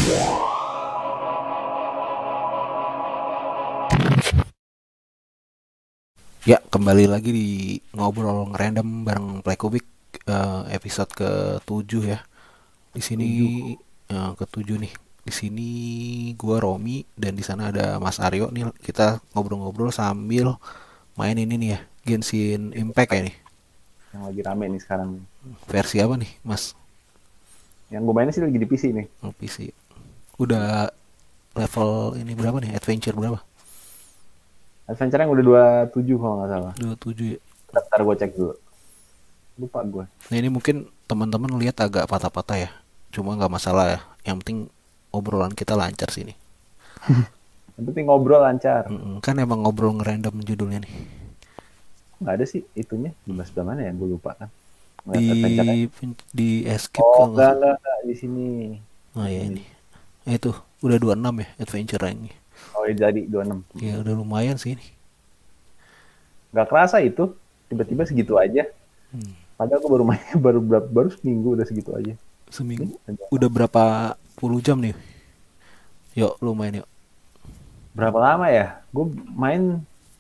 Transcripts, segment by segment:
Ya, kembali lagi di ngobrol ngerandom bareng Plekubik, episode ke-7 ya. Di sini Tujuh. ke-7 nih. Di sini gua Romi dan di sana ada Mas Aryo nih. Kita ngobrol-ngobrol sambil main ini nih ya, Genshin Impact ya nih. Yang lagi rame nih sekarang nih. Versi apa nih, Mas? Yang gue mainnya sih lagi di PC nih. PC. Udah level ini berapa nih? Adventure berapa? Adventure yang udah 27 kalau nggak salah. 27 ya. Bentar gue cek dulu. Lupa gue. Nah, ini mungkin teman-teman lihat agak patah-patah ya. Cuma nggak masalah ya. Yang penting obrolan kita lancar sini. Yang penting ngobrol lancar. Kan emang ngobrol ngerandom judulnya nih. Nggak ada sih itunya. Di sebelah mana ya? Gue lupa kan. Ngeliat Di adventure-nya. di escape Oh, kalau nggak salah. enggak. Di sini. Nah Di ya sini. ini. Itu udah 26 ya adventure ranknya. Oh, jadi 26. Ya udah lumayan sih ini. Nggak kerasa itu. Tiba-tiba segitu aja. Padahal gue baru mainnya baru seminggu udah segitu aja. Nih, Seminggu aja. udah berapa puluh jam nih. Yuk lumayan yuk. Berapa lama ya? Gue main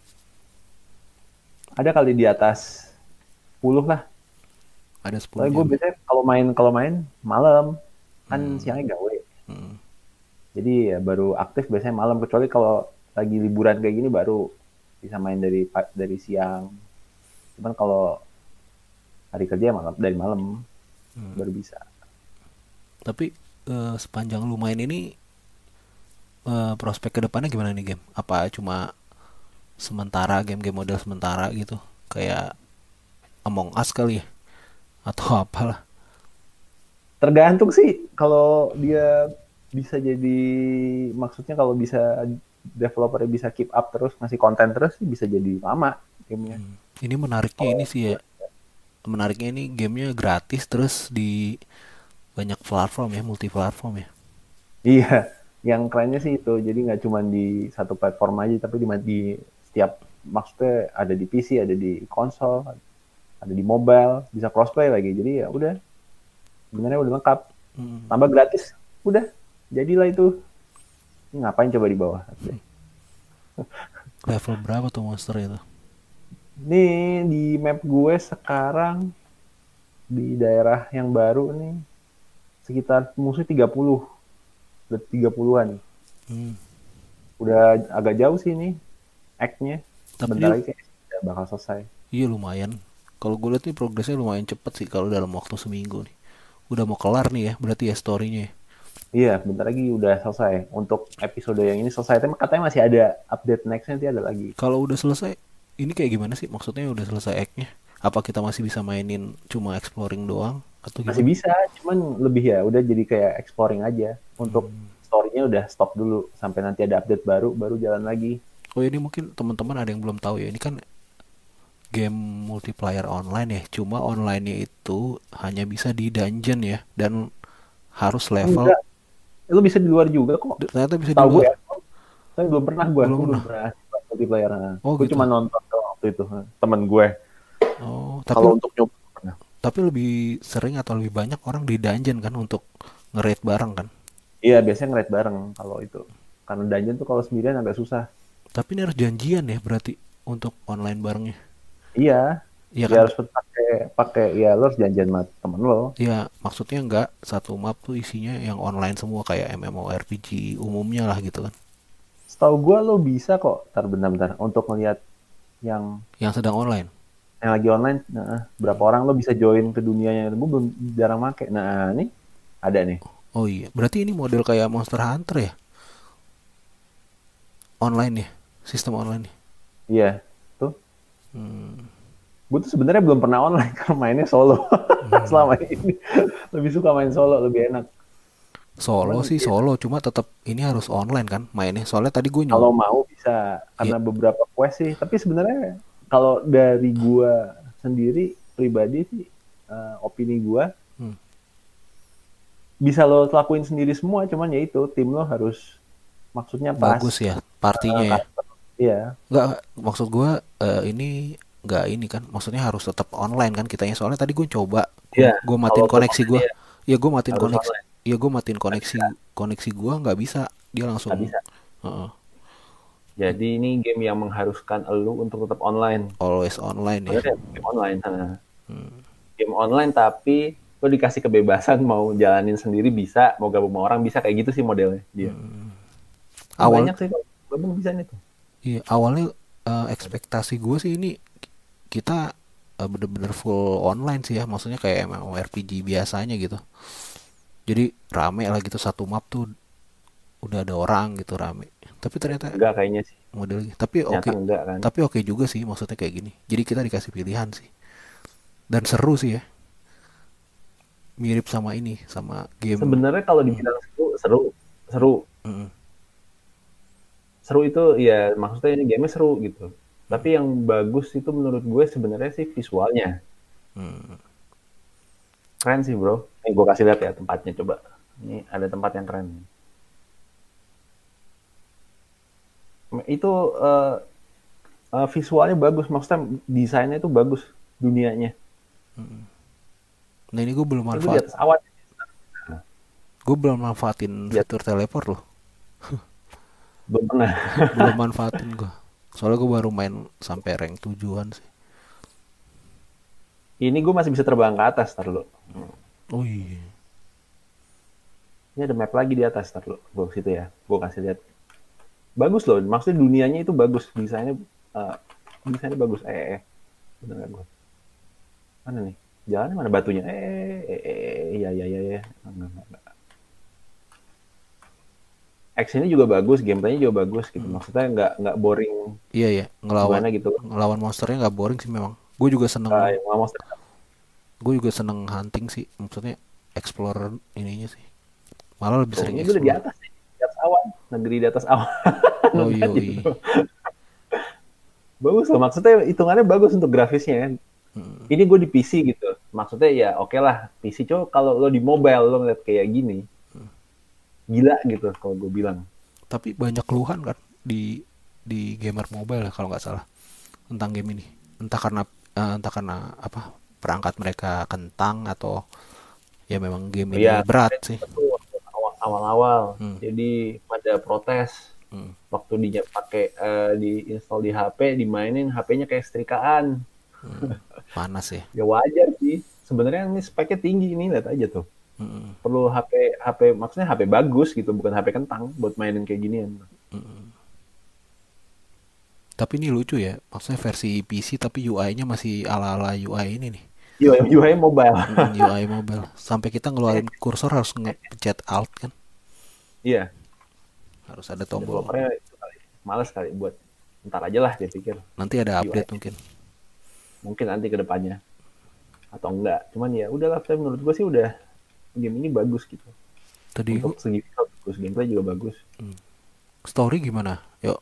ada kali di atas 10 lah. Ada 10 Soalnya gue jam ya. biasanya kalau main malam kan siangnya gawe. Jadi ya baru aktif biasanya malam, kecuali kalau lagi liburan kayak gini baru bisa main dari siang. Cuman kalau hari kerja malam dari malam baru bisa. Tapi sepanjang lu main ini prospek kedepannya gimana nih game? Apa cuma sementara game-game model sementara gitu? Kayak Among Us kali ya? Atau apalah? Tergantung sih kalau dia bisa jadi, maksudnya kalau bisa developernya bisa keep up terus ngasih konten terus sih bisa jadi lama gamenya. Ini menariknya ini Kalau sih ya. Menariknya ini gamenya gratis terus di banyak platform ya, multi platform ya. iya, yang kerennya sih itu. Jadi nggak cuma di satu platform aja, tapi di setiap, maksudnya ada di PC, ada di konsol, ada di mobile, bisa crossplay lagi. Jadi ya udah, sebenarnya udah lengkap. Tambah gratis, udah jadilah itu. Ini ngapain coba di bawah? Level berapa tuh monster itu? Nih di map gue sekarang di daerah yang baru nih sekitar musuh 30, udah 30-an. Udah agak jauh sih nih act-nya. Tapi Bentar dia lagi kayak udah bakal selesai. iya lumayan. Kalau gue lihat nih progresnya lumayan cepet sih kalau dalam waktu seminggu nih. Udah mau kelar nih ya, berarti ya story-nya ya. Iya, bentar lagi udah selesai. Untuk episode yang ini selesai, tapi katanya masih ada update next-nya, nanti ada lagi. Kalau udah selesai, ini kayak gimana sih? Maksudnya udah selesai act-nya? Apa kita masih bisa mainin cuma exploring doang? Atau Masih gimana? bisa, cuman lebih ya udah jadi kayak exploring aja. Untuk story-nya udah stop dulu sampai nanti ada update baru jalan lagi. Oh ini mungkin teman-teman ada yang belum tahu ya. Ini kan game multiplayer online ya. Cuma online-nya itu hanya bisa di dungeon ya. Dan harus level. Enggak, lu bisa di luar juga kok. Ternyata bisa di Tahu gue luar. ya, tapi belum pernah gue Belum belum pernah. pernah multiplayer. Oh Gue cuma gitu. nonton doang waktu itu, temen gue. Oh, Kalau untuk nyoba pernah. tapi lebih sering atau lebih banyak orang di dungeon kan untuk nge-raid bareng kan. Iya, biasanya nge-raid bareng kalau itu. Karena dungeon tuh kalau sendirian agak susah. Tapi ini harus janjian ya berarti untuk online barengnya. Iya, Iya ya kan? harus pakai pakai ya lo harus janjian sama temen lo. Ya maksudnya nggak satu map tuh isinya yang online semua kayak MMORPG umumnya lah gitu kan. Setahu gue lo bisa kok, bentar untuk ngelihat yang Yang sedang online. lagi online, nah, berapa orang lo bisa join ke dunianya. Gue belum, jarang make. Nah, ini ada nih. Oh iya, berarti ini model kayak Monster Hunter ya? Online ya? Sistem online ya? Iya, tuh. Gue tuh sebenarnya belum pernah online karena mainnya solo. Selama ini lebih suka main solo, lebih enak. Solo Cuman sih ya, solo, cuma tetap ini harus online kan mainnya. Soalnya tadi gue kalau nyoba. mau bisa, Ya, karena beberapa quest sih. Tapi sebenarnya kalau dari gue sendiri pribadi sih, opini gue bisa lo lakuin sendiri semua. Cuman ya itu tim lo harus, maksudnya pas. bagus ya partinya ya. Custom. Iya, Nggak, maksud gue ini nggak ini kan. Maksudnya harus tetap online kan kitanya. Soalnya tadi gue coba, iya. gue Kalau matiin untuk koneksi online gue. ya Ya gue matiin harus koneksi. online. iya gue matiin koneksi gue nggak bisa, dia Nggak langsung bisa. Jadi ini game yang mengharuskan elu untuk tetap online. always online ya. Sebenarnya game online. Game online tapi lo dikasih kebebasan mau jalanin sendiri bisa, mau gabung sama orang bisa, kayak gitu sih modelnya dia. Ini Awal banyak sih kalau gabung bisa nih tuh. Iya, awalnya ekspektasi gue sih ini kita bener-bener full online sih ya, maksudnya kayak emang RPG biasanya gitu. Jadi rame lah gitu, satu map tuh udah ada orang gitu rame. Tapi ternyata Enggak kayaknya sih. modelnya, Ternyata enggak kan. tapi oke juga sih, maksudnya kayak gini. Jadi kita dikasih pilihan sih, dan seru sih ya, mirip sama ini, sama game. Sebenarnya kalau dibilang seru, seru, seru, Mm, seru itu ya maksudnya ini game seru gitu. Tapi yang bagus itu menurut gue sebenarnya sih visualnya. mm. Keren sih bro. Ini gue kasih lihat ya tempatnya coba. Ini ada tempat yang keren. Itu visualnya bagus, maksudnya desainnya itu bagus dunianya. Nah ini Ini gue di atas awan. gue belum manfaatin Di atas, fitur teleport loh, belum pernah. belum manfaatin gue. Soalnya gue baru main sampai rank tujuan sih. Ini gue masih bisa terbang ke atas, tar lo. Oh iya. Ini ada map lagi di atas, tar lo. Gue situ ya. Gue kasih lihat. Bagus loh, maksudnya dunianya itu bagus, uh, desainnya bagus. Bener gak gue? Mana nih? Jalannya mana batunya? Iya, iya, iya, iya. Enggak. Actionnya juga bagus, gameplaynya juga bagus gitu. Maksudnya nggak boring Iya ya, ngelawan gimana gitu. ngelawan monsternya nggak boring sih memang. Yang mau Gue juga seneng hunting sih, maksudnya explore ininya sih. Malah lebih tuh, sering ini gue udah di explore. atas nih, di atas awan, negeri di atas awan. Oh Udah iya, iya. gitu. Bagus loh, maksudnya hitungannya bagus untuk grafisnya kan. Ini gue di PC gitu. Maksudnya ya oke lah, PC cowok kalau lo di mobile lo ngeliat kayak gini, gila gitu kalau gue bilang. Tapi banyak keluhan kan di gamer mobile ya, kalau nggak salah, tentang game ini. Entah karena apa, perangkat mereka kentang, atau ya memang game Oh ini ya, berat kemarin sih. itu awal-awal. Hmm, Jadi pada protes hmm, waktu di install di HP, dimainin HP-nya kayak setrikaan. panas ya. Ya wajar sih. Sebenarnya ini speknya tinggi ini, lihat aja tuh. Hmm, Perlu HP HP maksudnya HP bagus gitu, bukan HP kentang buat mainin kayak ginian. tapi ini lucu ya, maksudnya versi PC tapi UI-nya masih ala-ala UI ini nih. UI mobile. UI mobile. Sampai kita ngeluarin kursor harus ngepencet alt kan. Iya, Harus ada tombol. developernya itu kali males kali buat ntar aja lah dia pikir Nanti ada UI. update mungkin. Mungkin nanti ke depannya atau enggak. Cuman ya udahlah, tapi menurut gue sih udah game ini bagus gitu. Tadi Untuk segi bagus, gameplay juga bagus. story gimana? Yuk,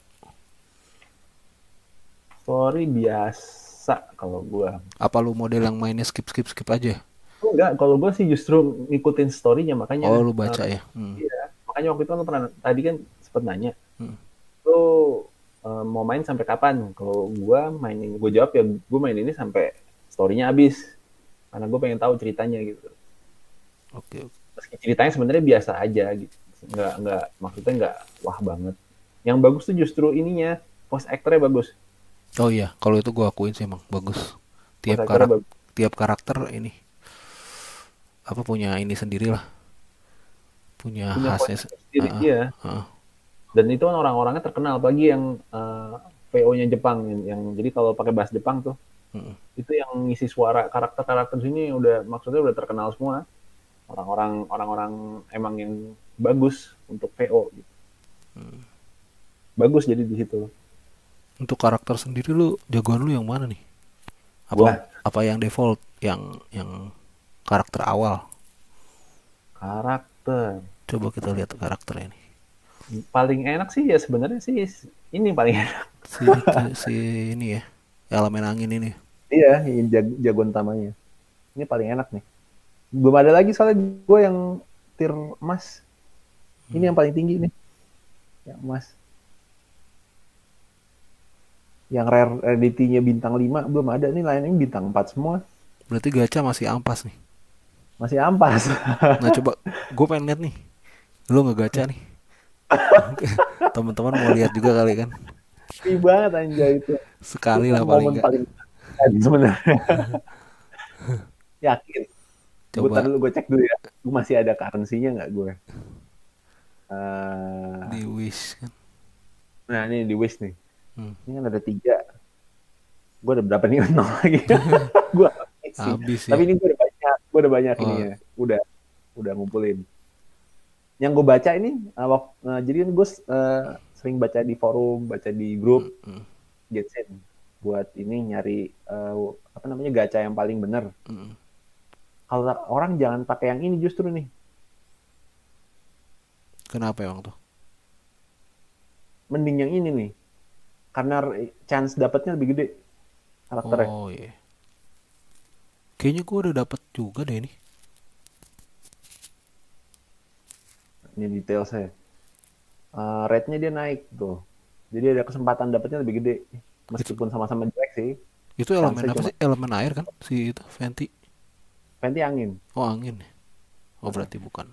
Story biasa kalau gue. apa lu model yang mainnya skip skip skip aja? Enggak, kalau gue sih justru ngikutin story-nya, Oh, makanya lu baca ya. iya. Makanya waktu itu kan lu pernah tadi kan sempet nanya, Hmm. lu mau main sampai kapan? Kalau gue jawab ya gue main ini sampai story-nya habis. Karena gue pengen tahu ceritanya gitu. Oke. Meski ceritanya sebenarnya biasa aja gitu. Nggak maksudnya nggak wah banget. Yang bagus tuh justru ininya, voice actor-nya bagus. Oh iya, kalau itu gua akuin sih emang bagus. Voice Tiap actor-nya karak bagus. tiap karakter ini apa punya ini sendiri lah, punya Punya voice khasnya. actor sendiri, Heeh, iya. heeh. Dan itu kan orang-orangnya terkenal, apalagi yang VO-nya Jepang, jadi kalau pakai bahasa Jepang tuh, Mm. itu yang ngisi suara karakter-karakter sini maksudnya udah terkenal semua. Orang-orang emang yang bagus untuk VO gitu. Bagus jadi di situ. Untuk karakter sendiri lu jagoan lu yang mana nih? Gua Apa yang default, yang karakter awal? karakter Coba kita lihat karakter ini. paling enak sih ya sebenarnya sih ini paling enak. Si ini ya, elemen angin ini. Iya, ini jagoan utamanya. Ini paling enak nih. Belum ada lagi soalnya gue yang tier emas. Ini yang paling tinggi nih. Yang emas. Yang rare rarity-nya bintang 5 belum ada nih, lainnya bintang 4 semua. Berarti gacha masih ampas nih. Masih ampas. Nah coba gue pengen lihat nih, lu ngegacha nih. Teman-teman mau lihat juga kali kan? Sepi banget anjay itu. Sekali Itu lah paling momen nggak. paling sebenarnya. Yakin. Gue Coba dulu gue cek dulu ya. Gue masih ada currency-nya nggak gue? di wish kan. Nah ini di Wish nih. Hmm. Ini kan ada 3. Gue ada berapa nih? 0 lagi. Gue sih. Habis Tapi ya. ini gue udah banyak. Gue udah banyak ini Wah. ya. Udah ngumpulin. Yang gue baca ini, jadi kan gue sering baca di forum, baca di grup Genshin buat ini nyari apa namanya gacha yang paling bener. Kalau orang jangan pakai yang ini justru nih. Kenapa emang tuh? Mending yang ini nih. Karena chance dapatnya lebih gede karakternya. Oh iya. Kayaknya gue udah dapet juga deh ini. Ini detail saya. Rate-nya dia naik tuh. Jadi ada kesempatan dapatnya lebih gede. Itu Meskipun sama-sama jelek sih. itu elemen Chance-nya apa cuma sih? Elemen air kan? Si itu Venti. Fenty angin. Oh angin ya. Oh berarti bukan.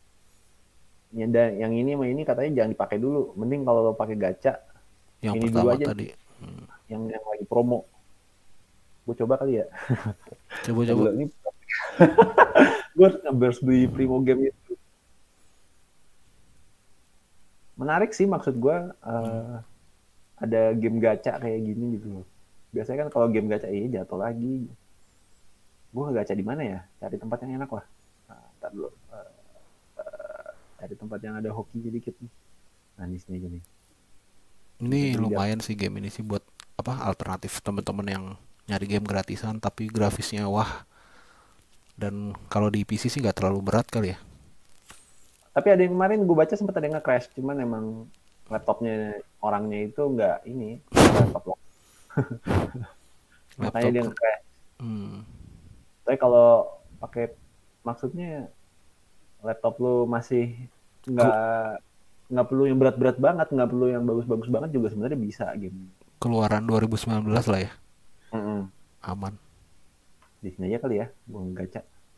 Yang ini sama ini katanya jangan dipakai dulu. Mending kalau lo pakai gacha, Yang ini dulu pertama aja nih, tadi. yang lagi promo. Gue coba kali ya. Coba-coba. Ini gue harus beli Primo Game itu. Menarik sih maksud gue. Ada game gacha kayak gini gitu loh. Biasanya kan kalau game gacha jatuh lagi. Gue gacha di mana ya? Cari tempat yang enak lah. Nah, ntar dulu. Cari tempat yang ada hokinya dikit nih. Nah, di sini aja nih. Ini Bisa beli lumayan sih game ini sih buat apa alternatif teman-teman yang nyari game gratisan tapi grafisnya wah, dan kalau di PC sih nggak terlalu berat kali ya. Tapi ada yang kemarin gue baca sempat ada yang nge-crash. Cuman emang laptopnya orangnya itu nggak ini. Laptop lo. Makanya Laptop dia kan. nge-crash. Hmm. Tapi kalau pakai maksudnya laptop lu masih Kel- nggak nggak perlu yang berat-berat banget, nggak perlu yang bagus-bagus banget juga sebenarnya bisa game. Keluaran 2019 lah ya. Mm-mm. Aman. Di sini aja kali ya, gue gacha.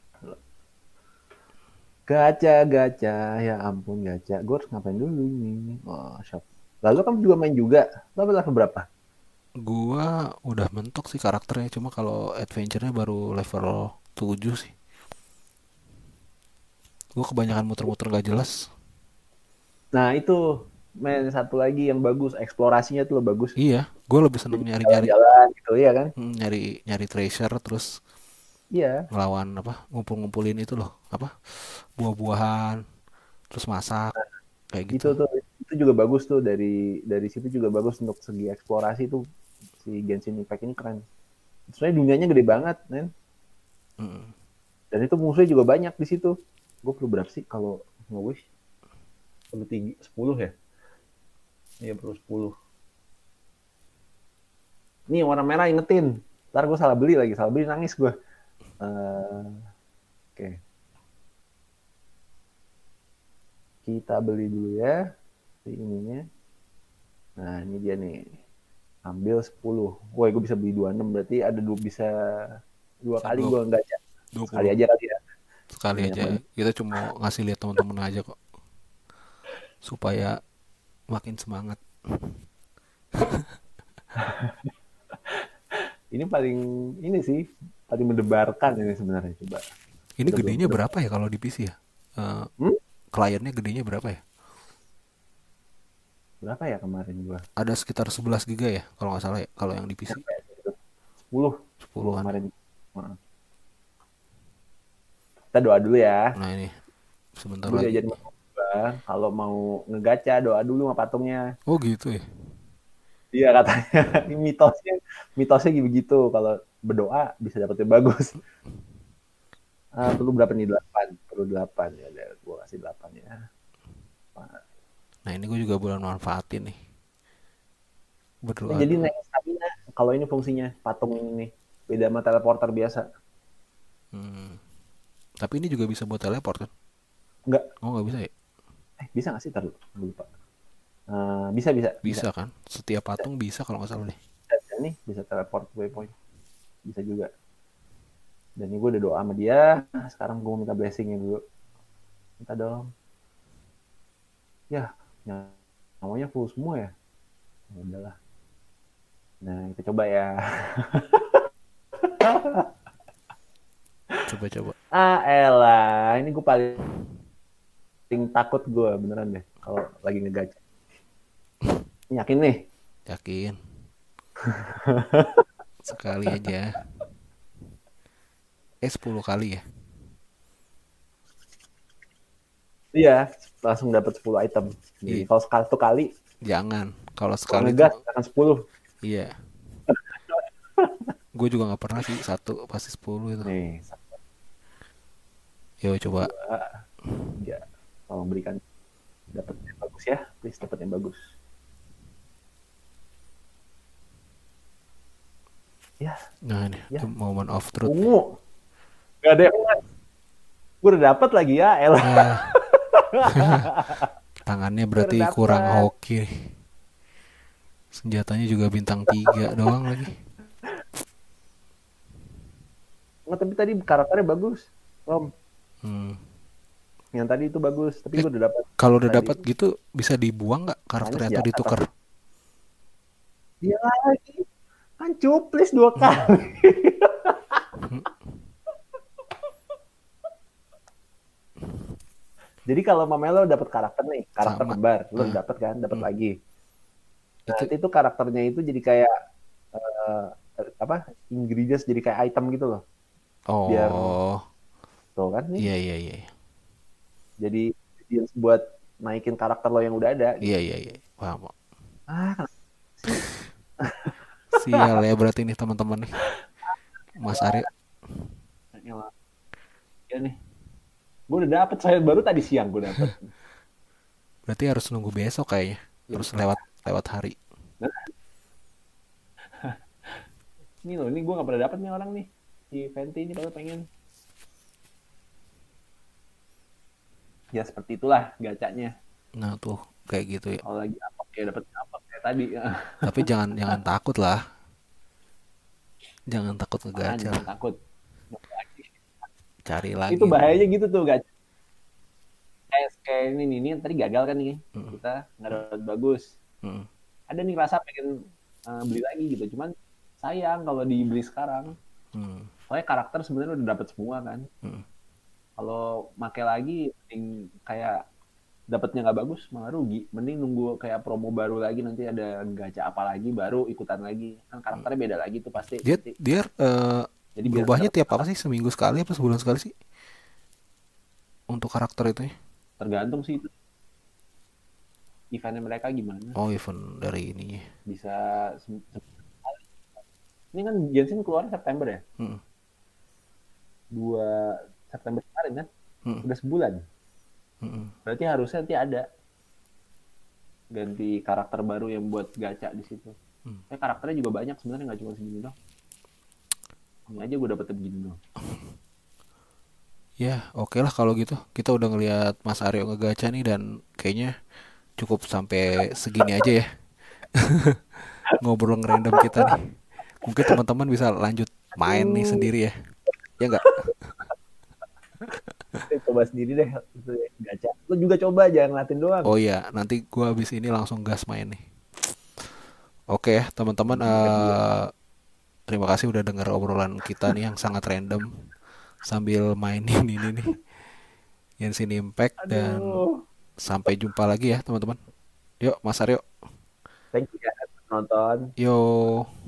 Gacha, ya ampun gacha. Gue harus ngapain dulu ini? Oh, shop. Lalu kamu juga main juga? Lo level berapa? Gua udah mentok sih karakternya, cuma kalau adventure-nya baru level 7 sih. Gua kebanyakan muter-muter gak jelas. Nah itu main satu lagi yang bagus, eksplorasinya tuh lo bagus. Iya, gua lebih seneng Jadi nyari-nyari. jalan-jalan gitu ya kan? Nyari nyari treasure terus Iya. ngelawan apa? Ngumpul-ngumpulin itu loh, apa? Buah-buahan, terus masak kayak gitu. Itu tuh itu juga bagus tuh dari situ juga bagus untuk segi eksplorasi tuh si Genshin Impact ini keren. Soalnya dunianya gede banget, men. Mm. Dan itu musuhnya juga banyak di situ. Gue perlu berapa sih kalau nge-wish? Perlu 10 ya? Iya perlu 10. Nih warna merah ingetin. Ntar gue salah beli lagi, salah beli nangis gue. Oke. Kita beli dulu ya. Si ininya. Nah ini dia nih. Ambil 10. Woi gue bisa beli 26. Berarti ada bisa dua Bisa kali gue gacha. Sekali 20 aja kali ya. sekali Banyak aja. banget. Kita cuma ngasih lihat teman-teman aja kok, supaya makin semangat. Ini paling ini sih. Paling mendebarkan ini sebenarnya. Coba. Ini Udah belum? gedenya Udah. berapa ya kalau di PC ya? Eh, Hmm? Kliennya gedenya berapa ya? Berapa ya kemarin gue? Ada sekitar 11 giga ya kalau nggak salah ya, kalau yang di PC. 10. 10 10-an. kemarin. Kita doa dulu ya. Nah ini sebentar Gue lagi. diajarin kalau mau ngegacha doa dulu sama patungnya. Oh gitu ya. Iya katanya mitosnya begitu. Kalau berdoa bisa dapetnya bagus. Perlu berapa nih 8? Perlu 8 ya. Gue kasih 8 ya. Nah ini gue juga bulan manfaatin nih, Nah, berdoa jadi dulu. naik stamina. Kalau ini fungsinya patung ini beda sama teleporter biasa. Hmm. Tapi ini juga bisa buat teleport kan? Enggak. Oh nggak bisa ya? Bisa nggak sih? Taruh lupa. Bisa. Bisa kan? Setiap patung bisa kalau nggak salah nih. Bisa nih bisa teleport waypoint. Bisa juga. Dan ini gue udah doa sama dia. Sekarang gue minta blessingnya dulu. Minta dong. Ya, namanya full semua ya. Ya udahlah. Nah, kita coba ya. Coba-coba. Ah, elah. Ini gue paling takut gue beneran deh. Kalau lagi ngegacha. Yakin nih? Yakin. Sekali aja. 10 kali ya? Iya, langsung dapat 10 item. Jadi kalau satu kali, Jangan. Kalau kalau sekali tuh, ngegas akan 10. iya. Gue juga nggak pernah sih satu pasti 10 itu. Nih, Yo coba. 2, 3. Tolong berikan dapat yang bagus ya. Please dapat yang bagus. Ya, Nah ini ya. moment of truth. Ungu. Gak ada yang emas. Gue udah dapat lagi ya, elah. Tangannya berarti kurang hoki. Senjatanya juga bintang 3 doang lagi. Nggak, tapi tadi karakternya bagus, Rom. Yang tadi itu bagus, tapi gue udah dapat. Kalau udah dapat gitu bisa dibuang nggak karakternya atau ditukar? Dia lagi kan cuplis 2 kali. Jadi kalau Mamelo dapat karakter nih, karakter kembar, lo dapat kan, dapat lagi. Nanti itu karakternya itu jadi kayak ingredients, jadi kayak item gitu loh. Oh. Biar tuh kan nih. Iya. Jadi ingredients buat naikin karakter lo yang udah ada. Gitu. Iya. Paham. Sial ya berarti nih teman-teman nih. Mas Arya. Ya nih. Gue udah dapet, saya baru tadi siang gue dapet. Berarti harus nunggu besok kayaknya. Harus lewat hari. Ini loh, ini gue gak pernah dapet nih orang nih. Si Fenty ini baru pengen. Ya seperti itulah gacanya. Nah tuh kayak gitu ya. Kalau lagi apa kayak dapet apa kayak tadi. Tapi jangan takut lah. Jangan takut ngegacha. Jangan takut. Cari lagi. Itu bahayanya gitu tuh gacha. Kayak ini tadi gagal kan nih. Kita nggak dapat bagus. Ada nih rasa pengen beli lagi gitu. Cuman sayang kalau dibeli sekarang. Soalnya karakter sebenarnya udah dapat semua kan. Kalau make lagi kayak dapatnya nggak bagus malah rugi. Mending nunggu kayak promo baru lagi, nanti ada gacha apa lagi baru ikutan lagi. Kan karakternya beda lagi tuh pasti. Dia jadi berubahnya tiap apa sih? Seminggu sekali apa sebulan sekali sih? Untuk karakter itu ya? Tergantung sih itu. Eventnya mereka gimana? Oh, event dari ini. Bisa ini kan Genshin keluar September ya? 2 September kemarin kan? Udah sebulan. Berarti harusnya nanti ada ganti karakter baru yang buat gacha di situ. Karakternya juga banyak sebenarnya, nggak cuma segini doang. Ini aja gue dapetnya begini doang. Ya, oke lah kalau gitu. Kita udah ngelihat Mas Aryo ngegacha nih dan kayaknya cukup sampai segini aja ya. Ngobrol ngerandom kita nih. Mungkin teman-teman bisa lanjut main nih sendiri ya. Ya enggak? Coba sendiri deh gacha. Lu juga coba, jangan ngeliatin doang. Oh iya, nanti gua habis ini langsung gas main nih. Oke ya, teman-teman, terima kasih udah denger obrolan kita nih yang sangat random sambil mainin ini nih. Genshin Impact. Dan sampai jumpa lagi ya, teman-teman. Yuk, Mas Aryo. Thank you ya nonton. Yo.